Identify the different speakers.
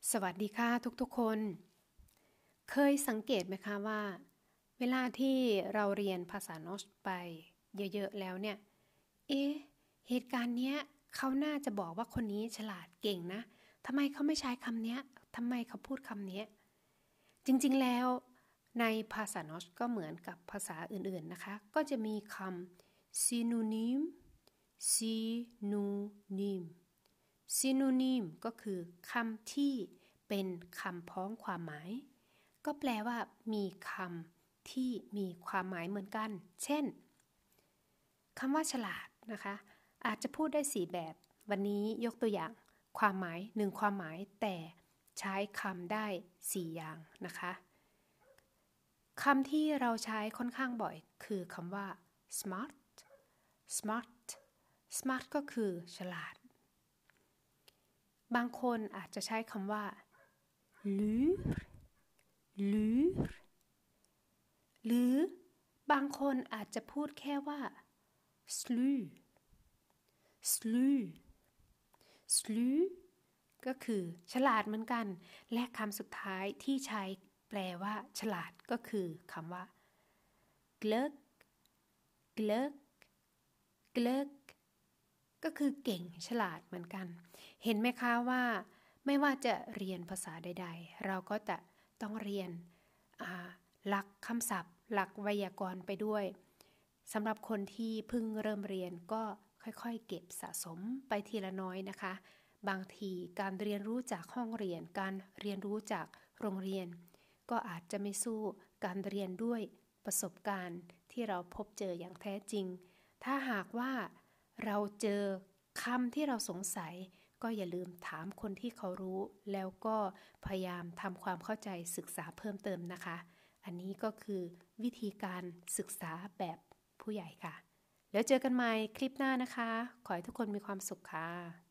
Speaker 1: สวัสดีค่ะทุกๆคนเคยสังเกตไหมคะว่าเวลาที่เราเรียนภาษาโนชไปเยอะๆแล้วเนี่ยเหตุการณ์เนี้ยเขาน่าจะบอกว่าคนนี้ฉลาดเก่งนะทำไมเขาไม่ใช้คำเนี้ยทำไมเขาพูดคำเนี้ยจริงๆแล้วในภาษาโนชก็เหมือนกับภาษาอื่นๆนะคะก็จะมีคำ synonym synonym synonym ก็คือคำที่เป็นคำพ้องความหมายก็แปลว่ามีคำที่มีความหมายเหมือนกันเช่นคำว่าฉลาดนะคะอาจจะพูดได้4แบบวันนี้ยกตัวอย่างความหมาย1ความหมายแต่ใช้คำได้4อย่างนะคะคำที่เราใช้ค่อนข้างบ่อยคือคำว่า smart ก็คือฉลาดบางคนอาจจะใช้คำว่า lure หรือบางคนอาจจะพูดแค่ว่า slew ก็คือฉลาดเหมือนกันและคำสุดท้ายที่ใช้แปลว่าฉลาดก็คือคำว่า glögg ก็คือเก่งฉลาดเหมือนกันเห็นไหมคะว่าไม่ว่าจะเรียนภาษาใดๆเราก็จะต้องเรียนหลักคำศัพท์หลักไวยากรณ์ไปด้วยสำหรับคนที่เพิ่งเริ่มเรียนก็ค่อยๆเก็บสะสมไปทีละน้อยนะคะบางทีการเรียนรู้จากห้องเรียนการเรียนรู้จากโรงเรียนก็อาจจะไม่สู้การเรียนด้วยประสบการณ์ที่เราพบเจออย่างแท้จริงถ้าหากว่าเราเจอคำที่เราสงสัยก็อย่าลืมถามคนที่เขารู้แล้วก็พยายามทำความเข้าใจศึกษาเพิ่มเติมนะคะอันนี้ก็คือวิธีการศึกษาแบบผู้ใหญ่ค่ะแล้วเจอกันใหม่คลิปหน้านะคะขอให้ทุกคนมีความสุขค่ะ